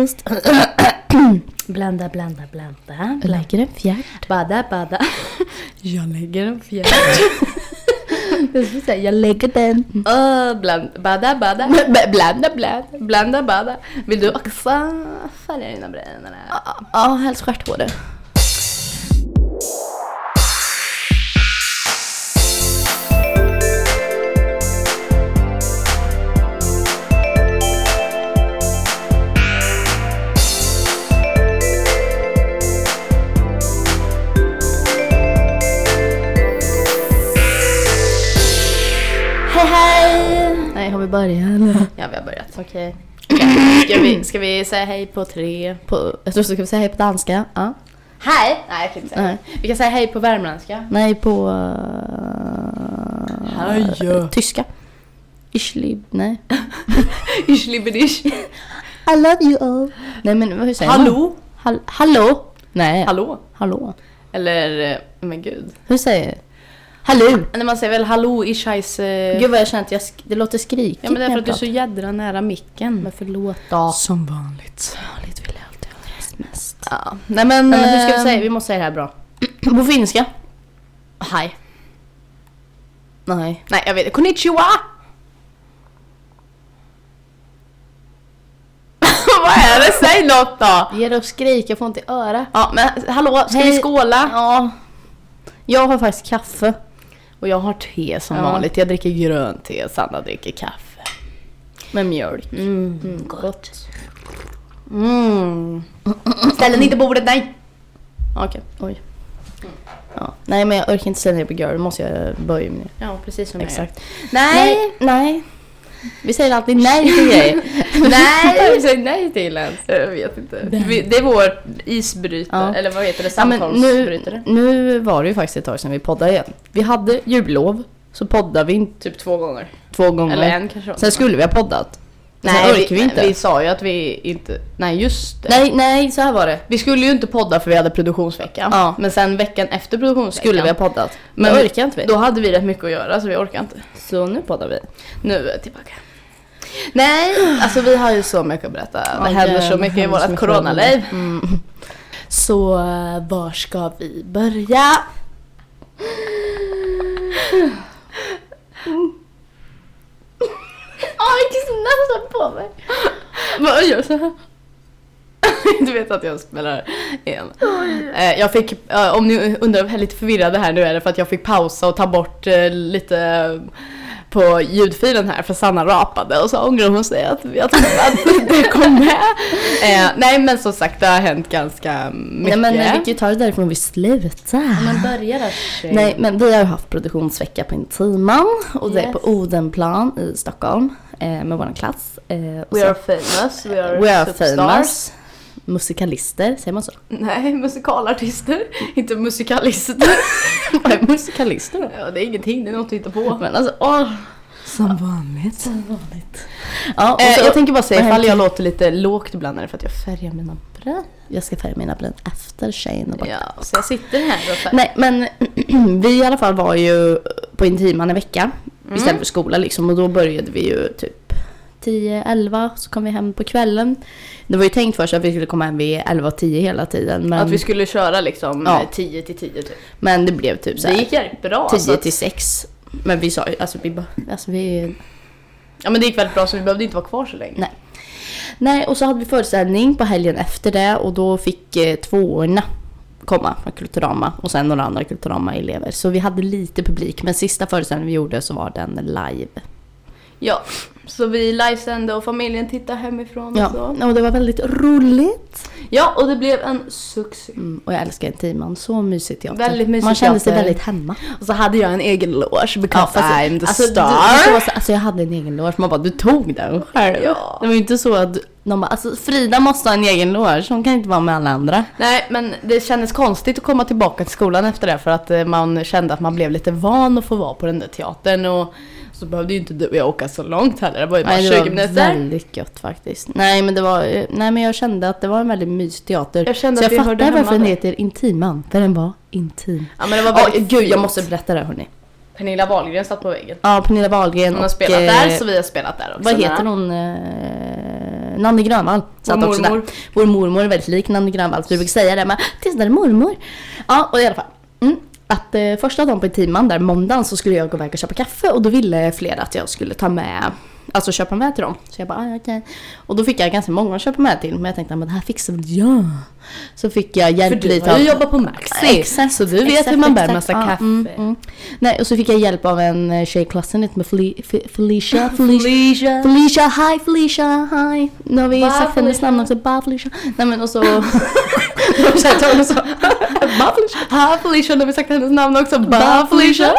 frukost. Blanda. Jag lägger en fjärt. Bada. Jag lägger en fjärt. Jag lägger den. Bada. Blanda. Vill du också färga dina brännorna? Ja, helst stjärt på det. Nej, har vi börjat? Ja, vi har börjat. Okej. Ska vi säga hej på 3? Jag tror ska vi säga hej på danska. Ja. Hej! Nej, jag kan inte säga. Nej. Vi kan säga hej på värmländska. Nej, på Hej. tyska. Nej. Ischlibedisch. I love you all. Nej, men hur säger Hallå? man? Hallå? Nej. Hallå? Eller, men gud. Hur säger jag? Hallå? När man säger väl hallå i scheiss... Gud vad jag känner att det låter skrikigt. Ja, men det är för att du är så jädra nära micken. Men förlåt då. Som vanligt. Vanligt vill jag alltid ha mest. Ja. Nej, men hur ska vi säga? Vi måste säga det här bra. På finska? Hej. Nej, jag vet. Konnichiwa! Vad är det? Säg något då! Ge dig och skrik, jag får inte i öra. Ja, men hallå, ska vi skåla? Ja. Jag har faktiskt kaffe. Och jag har te som vanligt. Jag dricker grönt te, Sanna dricker kaffe. Med mjölk. Gott. Ställ den inte på bordet, nej! Okej, oj. Ja. Nej, men jag orkar inte ställa ner på girl. Då måste jag böja mig ner. Ja, precis som Exakt. Nej. Vi säger alltid nej till grejer. Nej, vi säger nej till ens. Jag vet inte. Det är vår isbrytare. Ja. Eller vad heter det? Samtalsbrytare. Nu var det ju faktiskt ett tag sedan vi poddade igen. Vi hade jullov. Så poddade vi typ 2 gånger. 2 gånger. Eller en kanske. Sen skulle vi ha poddat. Nej, vi inte. Vi sa ju att vi inte... Nej, just det. Nej, så här var det. Vi skulle ju inte podda för vi hade produktionsvecka. Ja. Men sen veckan efter produktionsveckan skulle vi ha poddat. Men orkar inte vi. Då hade vi rätt mycket att göra så vi orkar inte. Så nu poddar vi. Nu är jag tillbaka. Nej, alltså vi har ju så mycket att berätta. Det händer så mycket i vårt coronaliv. Så var ska vi börja? Jag kissar nästan på mig. Vad gör så här? Du vet att jag spelar igen. Jag fick, om ni undrar lite förvirrade här nu, är det för att jag fick pausa och ta bort lite på ljudfilen här för Sanna rapade och så ångrar hon sig att jag trodde att det kom med. Nej, men som sagt, det har hänt ganska mycket. Nej, men vi kan ju ta det därifrån vi slutar. Men börja där. Nej, men vi har ju haft produktionsvecka på Intiman och det är på Odenplan i Stockholm med vår klass. We are famous. We are famous. Musikalister, säger man så? Nej, musikalartister, inte musikalister. Vad är musikalister då? Ja, det är ingenting, det är något att hitta på. Men alltså, Som vanligt. Ja, och jag tänker bara säga, ifall jag låter lite lågt ibland är det för att jag färgar mina bryn. Jag ska färga mina bryn efter tjejen och borta. Ja, så jag sitter här och färgar. Nej, men vi i alla fall var ju på Intiman en vecka istället för skola liksom, och då började vi ju typ 10-11, så kom vi hem på kvällen. Det var ju tänkt först att vi skulle komma hem vid 11-10 hela tiden. Men... Att vi skulle köra liksom 10 till 10 typ. Men det blev typ så här. Det gick väldigt bra. 10 till 6. Men vi sa ju, vi... Ja, men det gick väldigt bra så vi behövde inte vara kvar så länge. Nej, och så hade vi föreställning på helgen efter det. Och då fick 2:orna komma från Kulturama. Och sen några andra Kulturama-elever. Så vi hade lite publik. Men sista föreställningen vi gjorde så var den live. Ja, så vi livesände och familjen tittade hemifrån och så. Och det var väldigt roligt. Ja, och det blev en succé. Och jag älskar Intiman, så mysigt teater. Väldigt mysigt. Man kände sig väldigt hemma. Och så hade jag en egen loge, because I'm the star. Alltså jag hade en egen loge, man bara, du tog den själv. Ja. Det var ju inte så att de bara, alltså Frida måste ha en egen loge, hon kan inte vara med alla andra. Nej, men det kändes konstigt att komma tillbaka till skolan efter det, för att man kände att man blev lite van att få vara på den där teatern. Och så behövde ju inte du och jag åka så långt heller. Det var ju bara 20 minuter. Det var väldigt gött faktiskt. Nej, men jag kände att det var en väldigt mysig teater. Jag kände så att jag fattar varför den heter Intiman. För den var intim. Ja, men det var väldigt gud, jag måste berätta det, hörni. Pernilla Wahlgren satt på väggen. Ja, Pernilla Wahlgren. Hon har spelat där, så vi har spelat där också. Vad heter hon? Nanne Grönvall satt också där. Vår mormor är väldigt lik Nanne Grönvall, så vi fick säga det, men tills där är mormor. Ja, och i alla fall. Att första dagen på Intiman där måndagen så skulle jag gå iväg och köpa kaffe, och då ville flera att jag skulle ta med, alltså köpa med till dem. Så jag bara, okej. Och då fick jag ganska många att köpa med till, men jag tänkte, men det här fixar väl jag. Så fick jag hjälp lite. För du jobbar på Maxi, exakt, så du vet hur man bär massa kaffe. Nej, och så fick jag hjälp av en tjej i klassen med Felicia. Hi Felicia, hi. Nu har vi sagt hennes namn också, Felicia. Nej men och så Hi Felicia, nu har vi sagt hennes namn också, Felicia.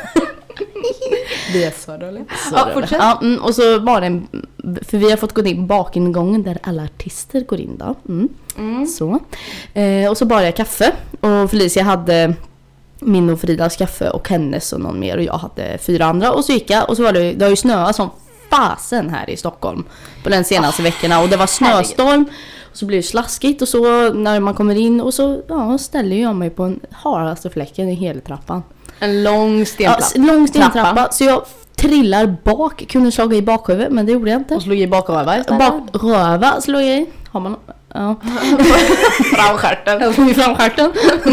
Det är så dåligt. Fortsätt. Ja, och så var det för vi har fått gå in bakingången där alla artister går in då. Så. Och så bar jag kaffe, och Felicia hade min och Fridas kaffe och hennes och någon mer, och jag hade 4 andra, och så gick jag, och så var det har ju snöat som fasen här i Stockholm på den senaste veckorna, och det var snöstorm. Och så blir det slaskigt, och så när man kommer in, och så ställer jag mig på den haraste fläcken i hela trappan. En lång stentrappa. Ja, lång stentrappa. Så jag trillar bak, kunde slå i bakhuvudet, men det gjorde jag inte. Och slog i bakröva? Bakröva slog jag i. Har man ja. Framskärten. Jag slog i framskärten.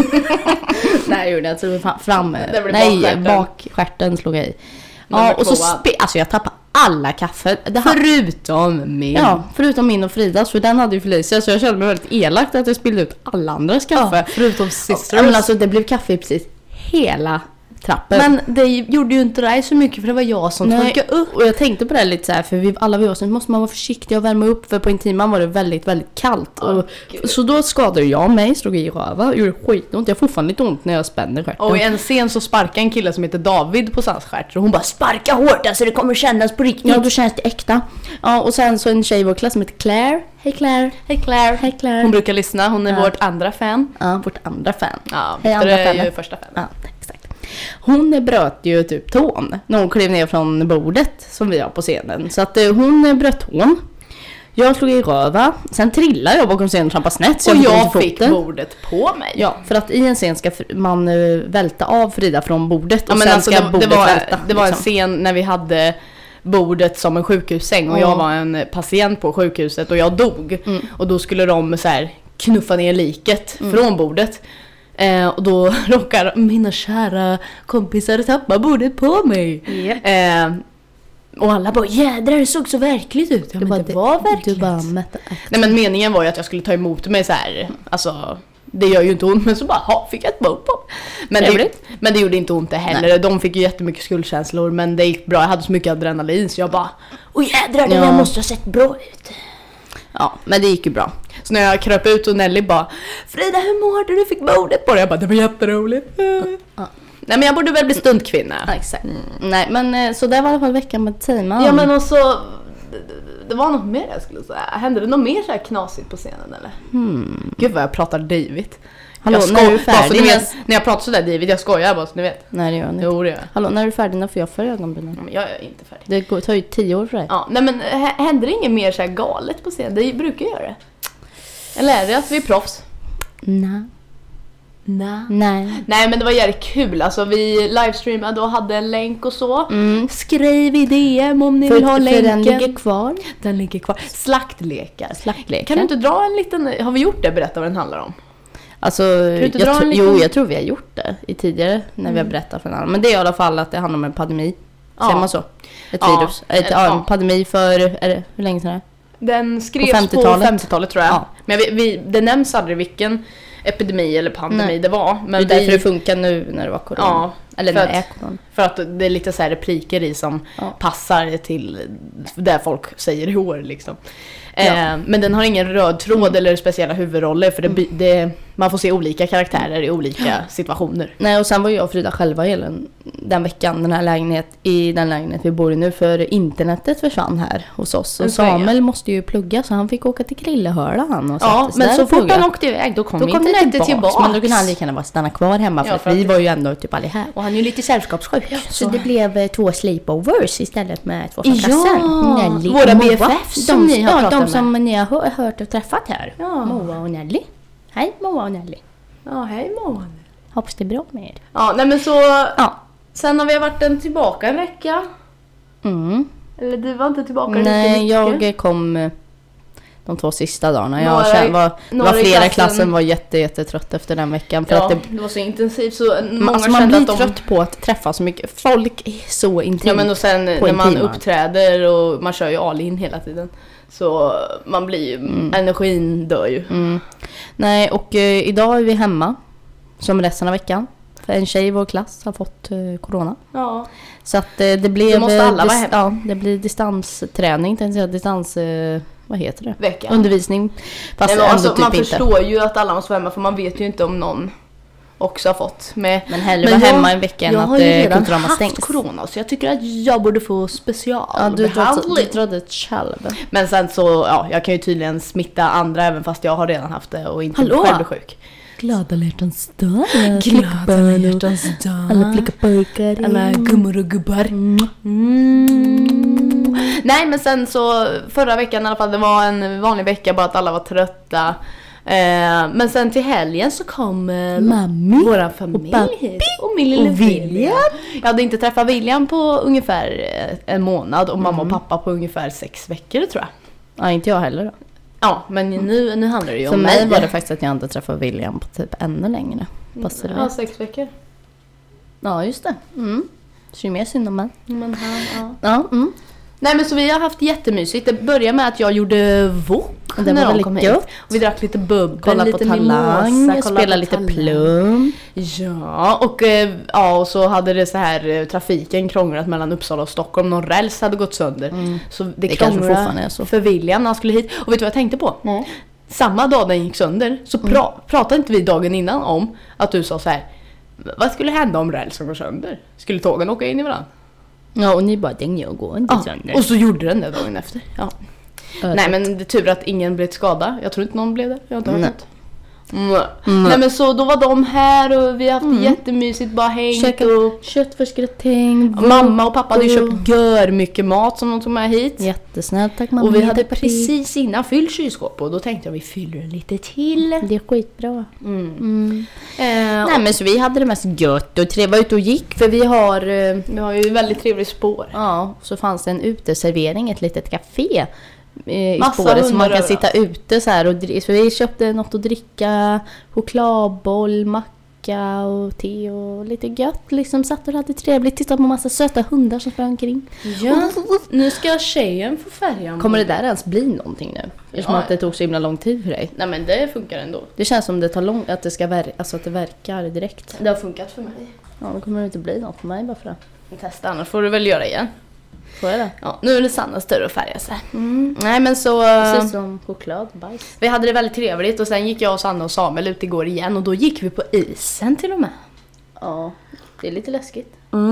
Nej, gjorde jag inte. Bakskärten slog jag i. Ja, och så alltså jag tappade alla kaffe. Förutom min. Ja, förutom min och Fridas, för den hade ju Felicia, så jag kände mig väldigt elakt att jag spillde ut alla andras kaffe. Ja, förutom sisters. Men alltså det blev kaffe i precis hela trappen. Men det gjorde ju inte det så mycket, för det var jag som torkade upp. Och jag tänkte på det lite så här, för alla vi var så måste man vara försiktig och värma upp, för på Intiman var det väldigt, väldigt kallt. Så då skadade jag mig, slog i röva, gjorde skitont. Jag har fortfarande lite ont när jag spänner stjärten. Och i en scen så sparkade en kille som heter David på sans stjärt, och hon bara, sparka hårt, alltså det kommer kännas på riktigt. Ja, då känns det äkta. Ja, och sen så en tjej i vår klass som heter Claire. Hej Claire. Hej Claire. Hej Claire. Hon brukar lyssna, hon är vårt andra fan. Ja, vårt andra fan. Ja, hej, andra fan är ju första fan. Ja, exakt. Hon bröt ju typ tån när hon klev ner från bordet som vi har på scenen. Så att hon bröt tån. Jag slog i röva. Sen trillade jag bakom scenen och trampade snett. Så och jag fick bordet på mig. Ja, för att i en scen ska man välta av Frida från bordet. Och ja, men sen alltså ska bordet välta. Det var en scen när vi hade bordet som en sjukhussäng. Och jag var en patient på sjukhuset och jag dog. Och då skulle de så här knuffa ner liket från bordet. Och då råkar mina kära kompisar tappa bordet på mig. Och alla bara, jädrar, det såg så verkligt ut. Ja, men det var verkligt. Nej, men meningen var ju att jag skulle ta emot mig så här. Alltså, det gör ju inte ont, men så bara, fick jag ett bord på. Men det gjorde inte ont det heller. Nej. De fick ju jättemycket skuldkänslor, men det gick bra. Jag hade så mycket adrenalin, så jag bara, jädrar, det där måste ha sett bra ut. Ja, men det gick ju bra. Så när jag kröp ut och Nelly bara, Frida, hur mår du? Du fick bordet på dig. Jag bara, det var jätteroligt. Nej, men jag borde väl bli stuntkvinna. Ja, exakt. Nej, men så det var i alla fall veckan med Timan. Ja, men också, det var något mer jag skulle säga. Hände det något mer så här knasigt på scenen, eller? Gud vad jag pratar David. Hallå, när är du färdig? När jag pratar sådär David, jag skojar bara så ni vet. Nej, det gör ni. Jo, det gör. Hallå, när är du färdig? När får jag för ögonbrynen? Men jag är inte färdig. Det tar ju 10 år för dig. Ja, nej, men händer det inget mer så här galet på scenen? Det brukar göra det. Eller är det att vi är proffs? Nej, men det var jävligt kul. Alltså vi livestreamade och hade en länk och så. Skriv i DM om ni vill ha länken. För den ligger kvar. Den ligger kvar. Slaktlekar. Kan du inte dra en liten... Har vi gjort det? Berätta vad den handlar om. Alltså, jag tror vi har gjort det i tidigare när vi har berättat för den andra. Men det är i alla fall att det handlar om en pandemi. Säger man så? Ett virus. En pandemi för... hur länge sedan är det? Den skrevs på 50-talet tror jag. Ja. Men det nämns aldrig vilken epidemi eller pandemi det var. Men det är därför det funkar nu när det var corona. Ja, eller när det är corona. För att det är lite så här repliker i som passar till där folk säger i år liksom. Men den har ingen röd tråd eller speciella huvudroller, för man får se olika karaktärer i olika situationer. Nej, och sen var jag och Frida själva hela den veckan i den lägenhet vi bor i nu, för internetet försvann här hos oss. Och Samuel måste ju plugga, så han fick åka till Krillehörla han. Och men så fort han åkte iväg då kom internetet tillbaka. Men då kunde han lika gärna stanna kvar hemma, för att vi var ju ändå typ aldrig här. Och han är ju lite sällskapssjuk. Ja, så det blev 2 sleepovers istället med 2 klasser. Nelly, våra BFFs som ni har pratat med. De som ni har hört och träffat här. Ja. Moa och Nelly. Hej Moa och Nelly. Ja, hej Moa. Hoppas det är bra med er. Ja, nej men så... Sen har vi varit tillbaka en vecka. Eller du var inte tillbaka? Nej, jag kom de 2 sista dagarna. Det var flera i klassen var jättetrött efter den veckan. För att det var så intensivt. Så man blir trött på att träffa så mycket. Folk är så intimt. Ja, men och sen när man uppträder och man kör ju all-in hela tiden. Så man blir ju, energin dör ju. Nej, och idag är vi hemma som resten av veckan. För en tjej i vår klass har fått corona. Ja. Så att det blev... måste alla vara hemma. Ja, det blir distansträning, tänkte jag. Vad heter det? Vecka. Undervisning. Fast nej, ändå typ man inte. förstår ju att alla måste vara hemma, för man vet ju inte om någon också har fått. Men hellre vara hemma en vecka än att kulturama stängs. Jag har ju corona, så jag tycker att jag borde få specialbehandling. Ja, du drar det själv. Men sen så, jag kan ju tydligen smitta andra även fast jag har redan haft det och inte själv blir sjuk. Glada hjärtans dag. Glada hjärtans dag. Alla flickor pojkar. Alla gummor och gubbar. Nej, men sen så förra veckan i alla fall, det var en vanlig vecka, bara att alla var trötta. Men sen till helgen så kom våra familj hit. Och min lille William. Jag hade inte träffat William på ungefär en månad och mamma och pappa på ungefär 6 veckor, tror jag. Ja, inte jag heller då. Ja, men nu handlar det ju för om mig var det faktiskt att jag inte träffade William på typ ännu längre. Ja, 6 veckor. Ja, just det. Så ju mer synd om mig. Men ja. Nej, men så vi har haft jättemysigt. Det började med att jag gjorde wok det var väldigt gött. Och vi drack lite bubbel, kolla lite på Talang, spela lite Plum. Ja, och så hade det så här trafiken krånglat mellan Uppsala och Stockholm. Någon räls hade gått sönder. Så det krånglade för William när han skulle hit. Och vet du vad jag tänkte på? Nej. Samma dag den gick sönder så pratade inte vi dagen innan om att du sa så här: vad skulle hända om rälsen går sönder? Skulle tågen åka in i varandra? Ja, och ni bara, den jag går inte sönder. Och så gjorde den det dagen efter. Ja. Nej, men det är tur att ingen blev skadad. Jag tror inte någon blev det. Jag har inte hört något. Nej, men så då var de här och vi har haft jättemysigt, bara hängt och köttfärsgratäng. Mamma och pappa hade ju köpt gör mycket mat som de tog med hit. Jättesnällt, tack mamma. Och vi hade precis innan fyllt kylskåp och då tänkte jag vi fyller lite till. Det är skitbra. Nej, men så vi hade det mest gött och var ute och gick, för vi har ju väldigt trevligt spår. Ja, så fanns det en uteservering, ett litet café i massa spåret som man kan överallt. sitta ute så här och så vi köpte något att dricka, chokladboll, macka och te och lite gött, liksom satt och hade trevligt, tittade på massa söta hundar som sprang omkring. Ja, nu ska tjejen få färja. Kommer det där ens bli någonting nu? Eftersom att det tog så himla lång tid för dig. Nej, men det funkar ändå. Det känns som det tar att det ska att det verkar direkt. Det har funkat för mig. Ja, då kommer det inte bli något för mig bara för det. Testa, annars får du väl göra igen. Får jag det? Ja, nu är det Sannas tur att färga sig. Nej, men så... Precis som choklad, bajs. Vi hade det väldigt trevligt och sen gick jag och Sanna och Samuel ut igår igen och då gick vi på isen till och med. Ja, det är lite läskigt.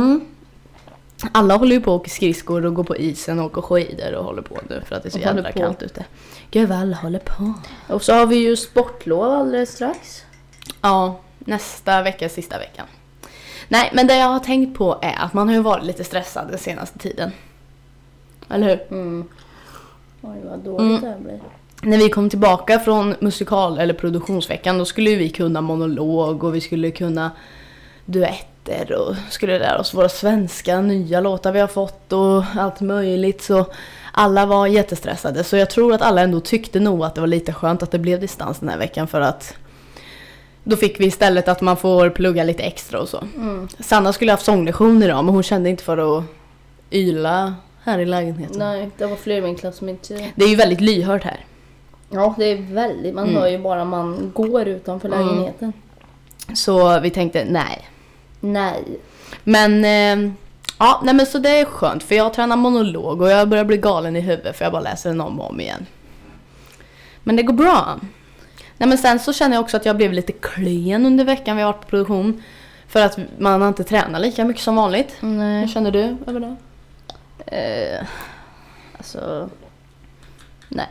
Alla håller ju på att åka skridskor och går på isen och åker skidor och håller på nu för att det är så jävla kallt ute. Gud vad alla håller på. Och så har vi ju sportlov alldeles strax. Ja, nästa vecka, sista veckan. Nej, men det jag har tänkt på är att man har ju varit lite stressad den senaste tiden. Eller hur? Oj, vad dåligt det här blir. När vi kom tillbaka från musikal- eller produktionsveckan, då skulle vi kunna monolog och vi skulle kunna duetter och skulle lära oss våra svenska nya låtar vi har fått och allt möjligt. Så alla var jättestressade. Så jag tror att alla ändå tyckte nog att det var lite skönt att det blev distans den här veckan, för att då fick vi istället att man får plugga lite extra och så. Sanna skulle ha haft sånglektioner idag, men hon kände inte för att yla här i lägenheten. Nej, det var fler i min klass som inte... Det är ju väldigt lyhört här. Ja, det är väldigt... Man hör ju bara man går utanför lägenheten. Så vi tänkte, nej. Men, nej, men så det är skönt, för jag tränar monolog och jag börjar bli galen i huvudet för jag bara läser den om igen. Men det går bra. Nej, men sen så känner jag också att jag blev lite klen under veckan vi har varit på produktion. För att man har inte tränat lika mycket som vanligt. Nej. Hur känner du över det? Nej.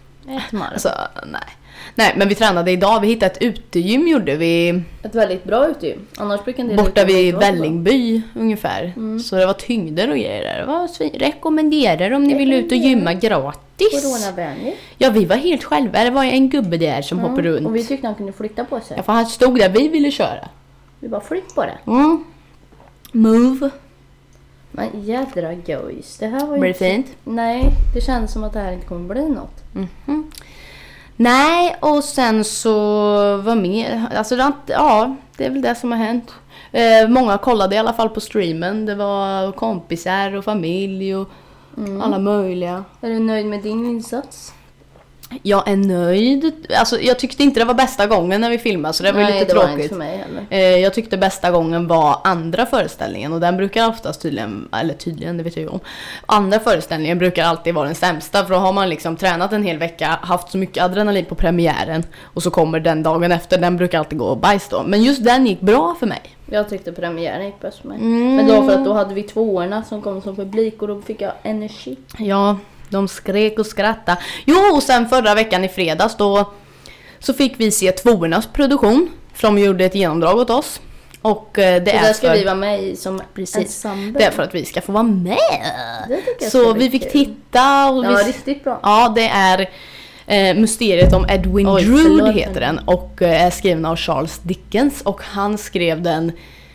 Nej, men vi tränade idag. Vi hittade ett utegym, gjorde vi. Ett väldigt bra utegym. Annars brukar det borta vid Vällingby ungefär. Så det var tyngder och grejer där. Det var rekommenderar om ni vill ut och gymma gratis. Coronavänligt. Ja, vi var helt själva. Det var en gubbe där som hoppade runt. Och vi tyckte han kunde flytta på sig. Ja, för han stod där vi ville köra. Vi bara flytt på det. Move. Men jädra gojs. Det här var ju Blir det fint? Nej, det känns som att det här inte kommer bli något. Mhm. Nej, och sen så var med, alltså det är väl det som har hänt. Många kollade i alla fall på streamen. Det var kompisar och familj och alla möjliga. Är du nöjd med din insats? Jag är nöjd. Alltså, jag tyckte inte det var bästa gången när vi filmade, så det var lite det var tråkigt. inte för mig heller. Jag tyckte bästa gången var andra föreställningen, och den brukar oftast tydligen, det vet jag ju om. Andra föreställningen brukar alltid vara den sämsta, för då har man liksom tränat en hel vecka, haft så mycket adrenalin på premiären, och så kommer den dagen efter, den brukar alltid gå bajs då. Men just den gick bra för mig. Jag tyckte premiären gick bäst för mig. Men då för att då hade vi tvåorna som kom som publik och då fick jag energi. Ja, de skrek och skrattade. Jo, och sen förra veckan i fredags då så fick vi se tvåornas produktion. För de gjorde ett genomdrag åt oss. Och det är där ska för, vi vara med i som precis, ensemble. det är för att vi ska få vara med. Det tycker jag Så ska vi bli fick kul. titta. Och Ja, riktigt bra. Ja, det är Mysteriet om Edwin Drood förlåt. heter den. Och är skriven av Charles Dickens. Och han skrev den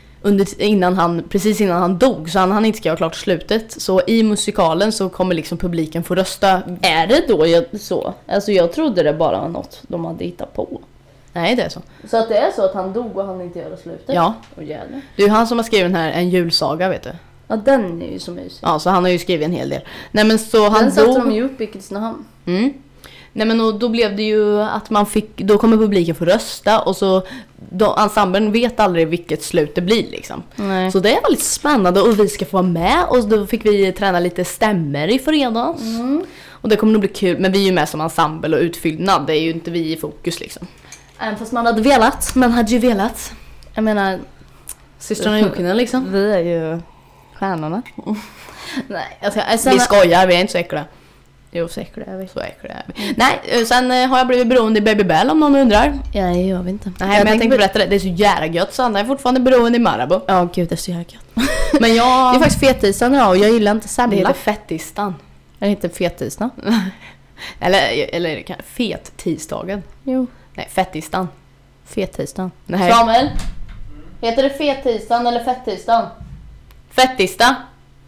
precis innan han dog, så han inte skriva klart slutet. Så i musikalen så kommer liksom publiken få rösta. Är det då så? Alltså jag trodde det bara var något de hade hittat på. Nej, det är så. Så att det är så att han dog och han inte gör slutet? Ja. Åh jävlar. Det är ju han som har skrivit den här En julsaga, vet du. Ja, den är ju så mysig. Ja, så han har ju skrivit en hel del. Nej, men så han Den satte dog. de ju upp i Kristinehamn. Nej, men och då blev det ju att då kommer publiken få rösta, och så ensemblen vet aldrig vilket slut det blir liksom. Nej. Så det var lite spännande, och vi ska få vara med, och då fick vi träna lite stämmer i fredags. Och det kommer nog bli kul, men vi är ju med som ensemble och utfyllnad, det är ju inte vi i fokus liksom. Även fast man hade velat. Man hade ju velat. Jag menar, Systrarna Jokinen liksom. vi är ju stjärnorna. Nej, Vi skojar, vi är inte så äckliga. Jo, så äckliga är vi. Så äckliga är vi. Nej, sen har jag blivit beroende i Baby Bell, om någon undrar. Ja, det gör vi inte. Nej, men jag tänkte berätta det. Det är så jävla gött, så Anna är fortfarande beroende i Marabou. Ja, gud, det är så jävla gött. Men jag... Det är faktiskt fettisdagen idag och jag gillar inte Det semla. heter fettisdagen. Det heter fettisdag. Eller fet-tisdagen. Jo, Nej, fettisdagen. fettisdagen. Nej. Samuel, heter det fettisdagen eller fettisdagen? Fettista?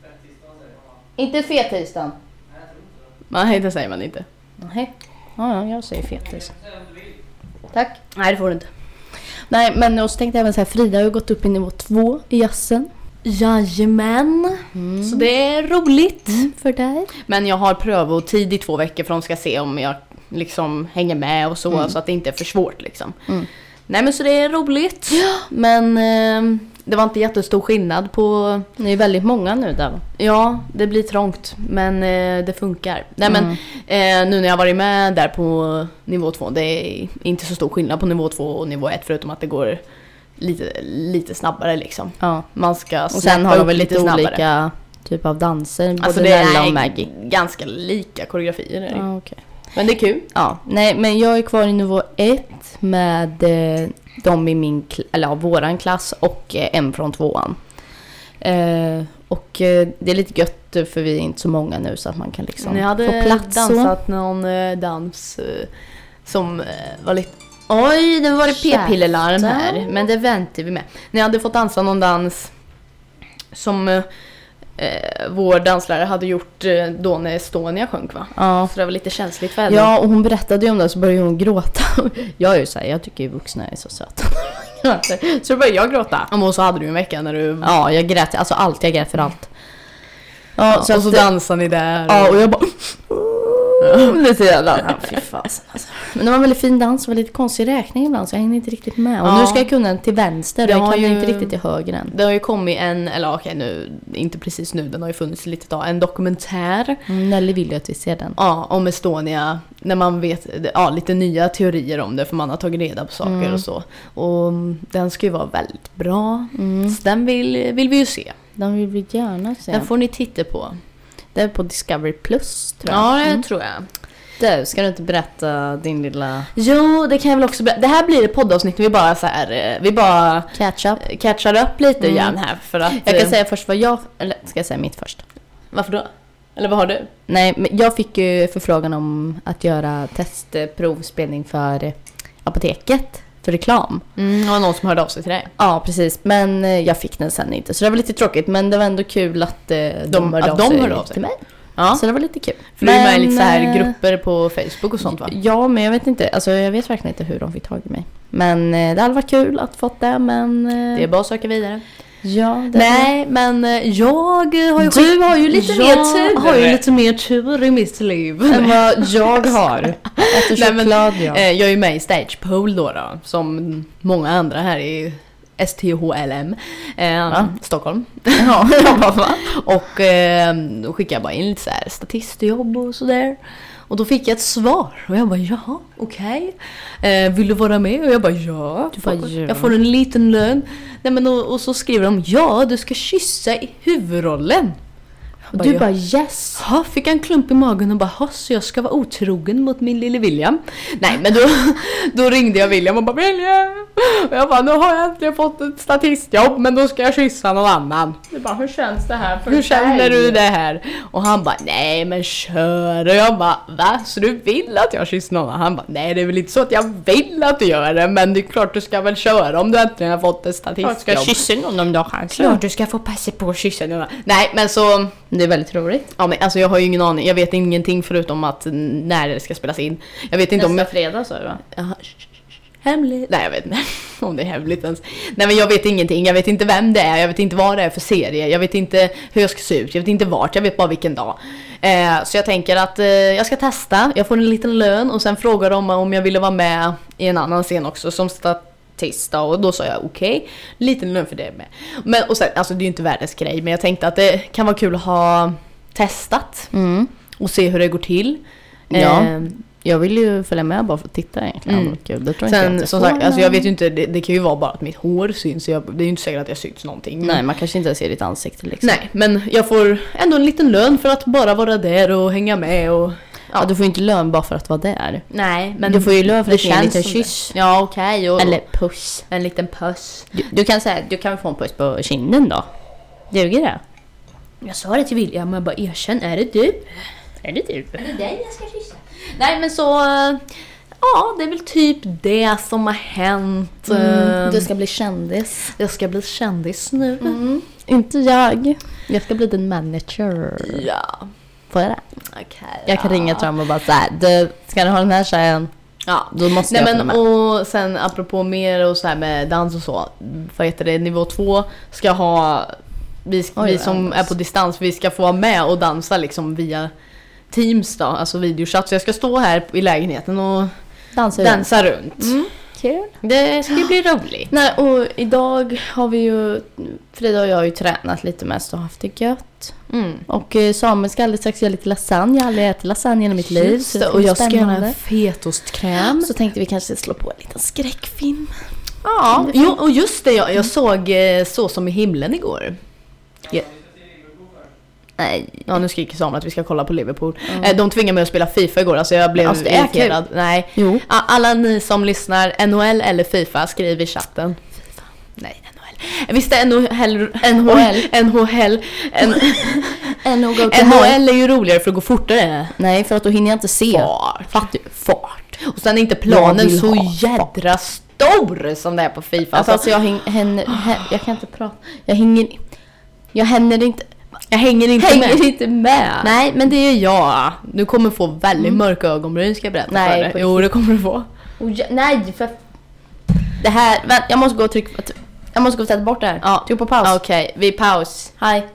Inte fettisdagen. Nej, det säger man inte. Nej. Ja, jag säger fettis. Tack. Nej, det får du inte. Nej, men och så tänkte jag även så här, Frida har ju gått upp i nivå 2 i jazzen. Jajamän. Så det är roligt. För dig. Men jag har prövotid i 2 veckor för att de ska se om jag liksom hänger med och så att det inte är för svårt liksom. Nej, men så det är roligt. Men det var inte jättestor skillnad på... Ni är väldigt många nu där. Ja, det blir trångt, men det funkar. Nej, men nu när jag varit med där på nivå 2, det är inte så stor skillnad på nivå 2 och nivå 1, förutom att det går lite snabbare liksom. Ja. Man ska Och sen har de väl lite snabbare. olika typ av danser, både Alltså det Nella och är Maggie. ganska lika koreografier. Är det. Ja, okej. Men det är kul. Ja, nej, men jag är kvar i nivå 1 med de i min våran klass och en från 2:an. Och det är lite gött för vi är inte så många nu så att man kan liksom Ni hade få plats dansat någon dans som var lite... Oj, det var det p-pillerlarm här. Men det väntar vi med. Ni hade fått dansa någon dans som vår danslärare hade gjort då när Estonia sjönk, va? Ja. Så det var lite känsligt för henne. Ja, och hon berättade ju om det så började hon gråta. Jag är ju så här, jag tycker ju vuxna är så söta. Så då började jag gråta. Och så hade du en vecka när du... Ja, jag grät, alltså allt, jag grät för allt. Ja, och så dansade ni där. Ja, och jag bara... Lite jävla... Ja, fy fasen, alltså. Men det var en väldigt fin dans, det var lite konstig räkning ibland så jag hängde inte riktigt med. Och nu ska jag kunna den till vänster och jag kan den inte riktigt till höger än. Det har ju kommit nu, inte precis nu, den har ju funnits lite idag, en dokumentär. Nelly vill ju att vi ser den. Ja, om Estonia, när man vet lite nya teorier om det, för man har tagit reda på saker och så. Och den ska ju vara väldigt bra. Så den vill vi ju se. Den vill vi gärna se. Den får ni titta på. Det är på Discovery Plus, tror jag. Ja, det tror jag. Du, ska du inte berätta din lilla... Jo, det kan jag väl också berätta. Det här blir ett poddavsnitt vi bara så här, vi bara catchar upp lite grann här för att... Jag kan säga först vad jag... Eller ska jag säga mitt först? Varför då? Eller vad har du? Nej, men jag fick ju förfrågan om att göra testprovspelning för apoteket. reklam. Det var någon som hörde av sig till dig. Ja, precis. Men jag fick den sen inte. Så det var lite tråkigt. Men det var ändå kul att de hörde av sig till mig. Ja. Så det var lite kul. För du är med i lite så här grupper på Facebook och sånt, va? Ja, men jag vet inte. Alltså, jag vet verkligen inte hur de fick tag i mig. Men det hade varit kul att fått det. Men det är bara att söka vidare. Ja, nej, men jag har ju... Du har ju lite mer tur. Jag har ju lite mer tur i mitt liv än vad jag har. Jag är ju med i Stage Pole då, som många andra här i STHLM Stockholm. Ja, och då skickade jag bara in lite så här statistjobb och sådär. Och då fick jag ett svar. Och jag bara, jaha, okej. Vill du vara med? Och jag bara, ja. Jag får en liten lön. Nej, men och så skriver de, ja, du ska kyssa i huvudrollen. Och du bara, yes. Ja, fick en klump i magen och bara, så jag ska vara otrogen mot min lille William. Nej, men då ringde jag William och bara, William. Och jag bara, nu har jag äntligen fått ett statistjobb, men då ska jag kyssa någon annan. Du bara, hur känns det här för Hur känner du det här? Och han bara, nej men kör. Och jag bara, va? Så du vill att jag kysser någon? Och han bara, nej det är väl inte så att jag vill att du gör det, men det är klart du ska väl köra om du äntligen har fått ett statistjobb. Jag ska kyssa någon om du har chans. Klart du ska få passa på att kyssa någon. Nej, men så... Det är väldigt roligt. Ja, men alltså jag har ju ingen aning. Jag vet ingenting förutom att när det ska spelas in. Jag vet inte nästa fredag så, va? Hemligt. Nej, jag vet inte om det är hemligt ens. Nej, men jag vet ingenting. Jag vet inte vem det är. Jag vet inte vad det är för serie. Jag vet inte hur jag ska se ut. Jag vet inte vart. Jag vet bara vilken dag. Så jag tänker att jag ska testa. Jag får en liten lön och sen frågar de om jag ville vara med i en annan scen också som statista. Och då sa jag okej. Liten lön för det med. Men, och sen, alltså det är ju inte världens grej. Men jag tänkte att det kan vara kul att ha testat. Och se hur det går till. Ja. Jag vill ju följa med bara för att titta egentligen. Kul. Det tror sen inte som sagt, alltså jag vet ju inte, det kan ju vara bara att mitt hår syns. Det är ju inte säkert att jag syns någonting. Nej, man kanske inte ser ditt ansikte liksom. Nej, men jag får ändå en liten lön för att bara vara där och hänga med och... Ja, du får ju inte lön bara för att vara där. Nej, men du får ju lön för att ge en liten kyss. Ja, okej. Eller puss. En liten puss. Du kan säga, du kan få en puss på kinden då. Duger det? Jag sa det till William, men jag bara erkänn, är det du? Är det du? Är det dig jag ska kyssa? Nej, men så... Ja, det är väl typ det som har hänt. Du ska bli kändis. Jag ska bli kändis nu. Inte jag. Jag ska bli din manager. Ja. Får jag det? Okej. Jag kan ringa fram och bara såhär, du, ska du ha den här tjejen? Ja, då måste jag men och sen apropå mer och så här med dans och så. Vad heter det? Nivå 2 ska ha... Vi som är på distans, vi ska få vara med och dansa liksom via Teams då, alltså videochatt. Så jag ska stå här i lägenheten och dansa runt. Kul. Det ska bli roligt. Nej, och idag har vi ju, Frida och jag har ju tränat lite mest och haft det gött. Och Samuel ska alldeles strax göra lite lasagne. Jag har aldrig ätit lasagne i mitt liv. Så och jag ska göra en fetostkräm. Så tänkte vi kanske slå på en liten skräckfilm. Ja, jo, och just det, jag såg Så som i himlen igår. Nej. Ja, nu skriker Samuel att vi ska kolla på Liverpool. De tvingar mig att spela FIFA igår, alltså jag blev irriterad. Nej. Jo. Alla ni som lyssnar, NHL eller FIFA, skriv i chatten. FIFA. Nej, NHL. Visst är NHL är ju roligare för att gå fortare. Nej, för att då hinner jag inte se. Fart. Och sen är inte planen så jädra stor som det är på FIFA. Alltså jag kan inte prata. Jag hänger inte med. Nej, men det är jag. Du kommer få väldigt mörka ögonbryn, ska jag berätta för dig. Jo, det kommer du få. Nej, för det här, jag måste gå och trycka. Jag måste gå och sätta bort det här. Ja. Tryck på paus. Okej, vi paus. Hej.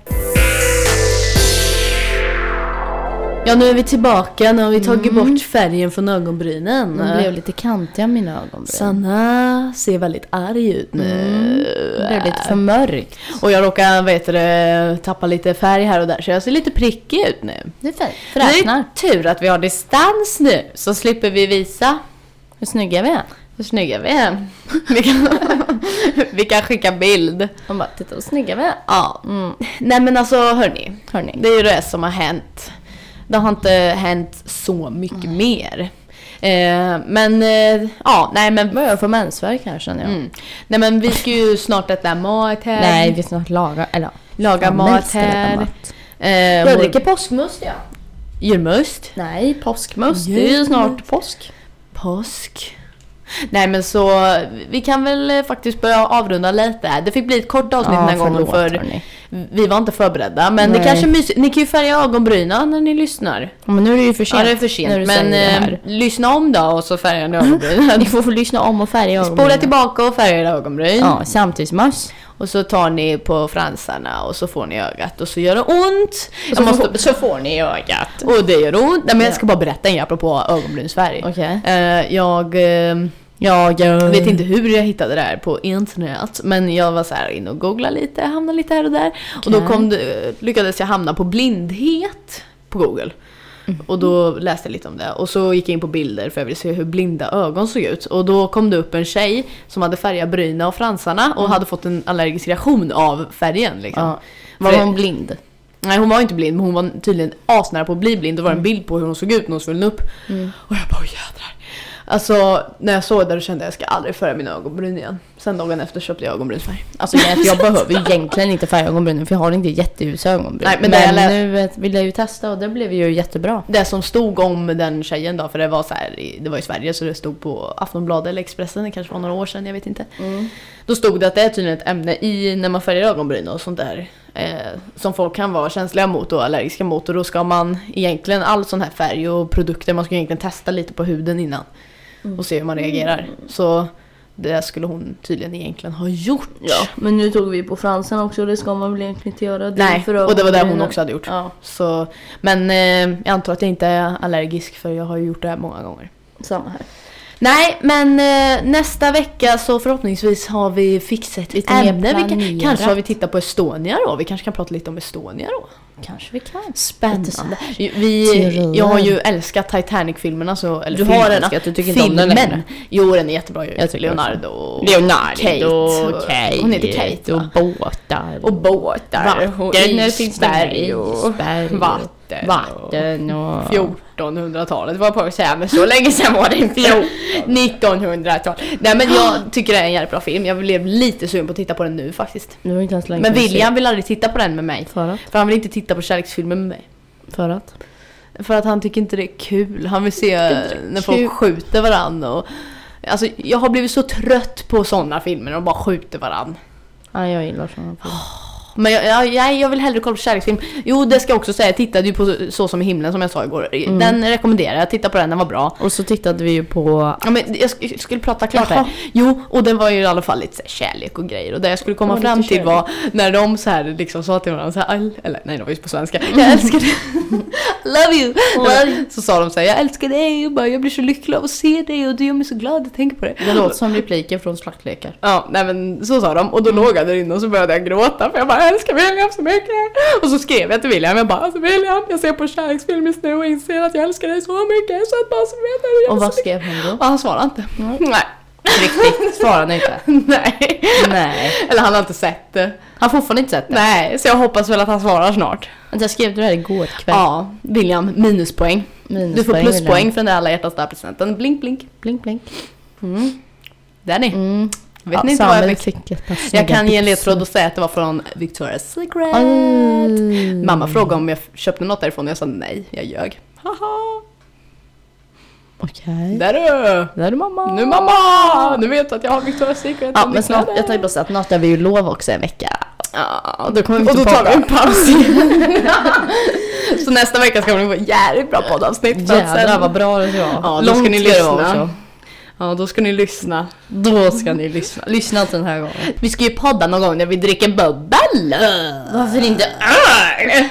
Ja, nu är vi tillbaka. Nu har vi tagit bort färgen från ögonbrynen. De blev lite kantiga, mina ögonbryn. Sanna ser väldigt arg ut nu. Det blev lite för mörkt. Och jag råkar tappa lite färg här och där. Så jag ser lite prickig ut nu. Det är fint. Det är tur att vi har distans nu. Så slipper vi visa hur snygga vi är. Hur snygga vi är. Vi kan skicka bild. Och bara, titta vad snygga vi är. Ja. Nej, men alltså, hörni. Det är ju det som har hänt. Det har inte hänt så mycket mer. Men vad jag får mensvärk här, känner jag. Nej, men vi ska ju snart äta mat här. Nej, vi ska snart laga mat här. Jag dricker påskmust, ja. Julmust? Nej, påskmust. Det är ju snart påsk. Påsk. Nej men så vi kan väl faktiskt börja avrunda lite. Det fick bli ett kort avsnitt den här gången för vi var inte förberedda. Men det kanske ni kan ju färga ögonbrynen när ni lyssnar. Men nu är det ju för sent. Ja, det är för sent. Men lyssna om då och så färgar ni ögonbrynen. Ni får lyssna om och färga ögonbrynen. Spola tillbaka och färga era ögonbryn. Ja, samtidigt mass. Och så tar ni på fransarna och så får ni ögat och så gör det ont. Så får ni ögat. Och det gör ont. Nej, men jag ska bara berätta en grej apropå ögonbrynsfärg. Okej. Jag vet inte hur jag hittade det här på internet, men jag var så här inne och googlade lite, hamnade lite här och där. Okay. Och då lyckades jag hamna på blindhet på Google. Och då läste jag lite om det. Och så gick jag in på bilder för jag ville se hur blinda ögon såg ut. Och då kom det upp en tjej som hade färgat bryna och fransarna och hade fått en allergisk reaktion av färgen liksom. Ja. Var hon blind? Nej, hon var inte blind, men hon var tydligen asnära på att bli blind. Det var en bild på hur hon såg ut när hon svullnade upp. Och jag bara, jädrar. Alltså, när jag såg det kände jag ska aldrig färga mina ögonbryn igen. Sen dagen efter köpte jag ögonbrynsfärg. Alltså jag behöver ju egentligen inte färga ögonbrynen för jag har inte jätteljusa ögonbryn. Nej, men nu vill jag ju testa och det blev ju jättebra. Det som stod om den tjejen då, för det var så här, det var i Sverige så det stod på Aftonbladet eller Expressen, det kanske var några år sedan, jag vet inte. Då stod det att det är tydligen ett ämne i när man färgar ögonbryn och sånt där som folk kan vara känsliga mot och allergiska mot, och då ska man egentligen all sån här färg och produkter, man ska egentligen testa lite på huden innan och se hur man reagerar. Så det skulle hon tydligen egentligen ha gjort. Ja, men nu tog vi på fransen också, det ska man väl egentligen inte göra. Nej, och det var det hon också hade gjort. Ja. Så, men jag antar att jag inte är allergisk för jag har ju gjort det här många gånger. Samma här. Nej, men nästa vecka så förhoppningsvis har vi fixat lite ämne. Kanske har vi tittat på Estonia då. Vi kanske kan prata lite om Estonia då. Kanske vi kan. Spännande. Jag har ju älskat Titanic-filmerna så, eller du har älskat, du tycker inte om den längre. Jo, den är jättebra ju. Leonardo, Kate. Hon heter Kate. Och båtar. Vatten finns berg och vatten och 1400-talet var på att säga, men så länge sedan var det inte 1900-tal. Nej, men jag tycker det är en jävligt bra film. Jag blev lite sugen på att titta på den nu faktiskt. Men William vill aldrig titta på den med mig. För han vill inte titta på kärleksfilmer med mig. För att han tycker inte det är kul. Han vill se när folk skjuter varandra och, alltså, jag har blivit så trött på sådana filmer och bara skjuter varandra. Ja, jag gillar sådana filmer. Men jag vill hellre kolla på kärleksfilm. Jo, det ska jag också säga. Jag tittade ju på Så som i himlen som jag sa igår. Den rekommenderar jag. Titta på den var bra. Och så tittade vi ju på... Ja, men jag skulle prata klart här. Jo, och den var ju i alla fall lite så här, kärlek och grejer. Och det jag skulle komma fram till var när de så här liksom sa till varandra så här, eller nej, det var ju på svenska. Jag älskar dig. Love you. Så sa de så här, jag älskar dig. Och bara, jag blir så lycklig av att se dig. Och du gör mig så glad att tänka på det. Det låter som repliker från Slaktlekar. Ja, nej men så sa de. Och då låg jag där inne och så började jag gråta. För jag bara, jag älskar William så mycket. Och så skrev jag till William. Jag bara, alltså William, jag ser på kärleksfilm just nu och inser att jag älskar dig så mycket. Så att bara så vet jag. Och vad skrev han då? Och han svarade inte. Nej. Riktigt svarade inte. Nej. Eller han har inte sett det. Han har fortfarande inte sett det. Nej, så jag hoppas väl att han svarar snart. Jag skrev det här igår kväll. Ja, William, minuspoäng. Du får pluspoäng för den där alla hjärtas där presenten. Blink, blink. Blink, blink. Där är ni. Vet ni inte vad jag fick? Jag kan ge en ledtråd och säga att det var från Victoria's Secret. Mamma frågade om jag köpte något därifrån och jag sa nej, jag ljög. Haha. Okej. Där är du mamma. Nu mamma. Nu vet du att jag har Victoria's Secret. Ja, men snart, jag tänkte bara säga att snart är vi ju lov också en vecka. Ja, då kommer vi och då tar vi en paus. Så nästa vecka ska vi få jävligt bra poddavsnitt. Jävlar vad bra det var. Ja, då ska ni lyssna. Ja, då ska ni lyssna. Lyssna till den här gången. Vi ska ju podda någon gång när vi dricker bubbel. Varför inte öl?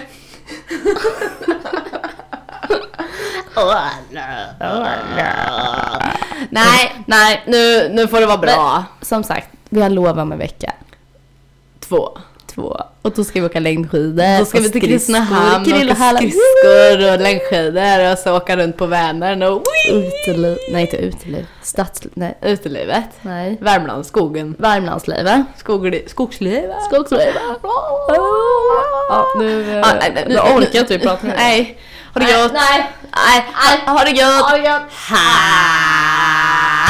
Nej, nu får det vara bra. Men, som sagt, vi har lovat om en vecka. 2. Och då ska vi åka längdskidor. Då ska vi till Kristinehamn och skridskor och längdskidor och så åka runt på Vänern och uteliv. Nej, inte uteliv. Utelivet. Nej. Värmlandsskogen. Värmlandslivet. Skogslivet. Ja, nu orkar jag inte prata. Nej. Har det gött? Nej. Ha det gött.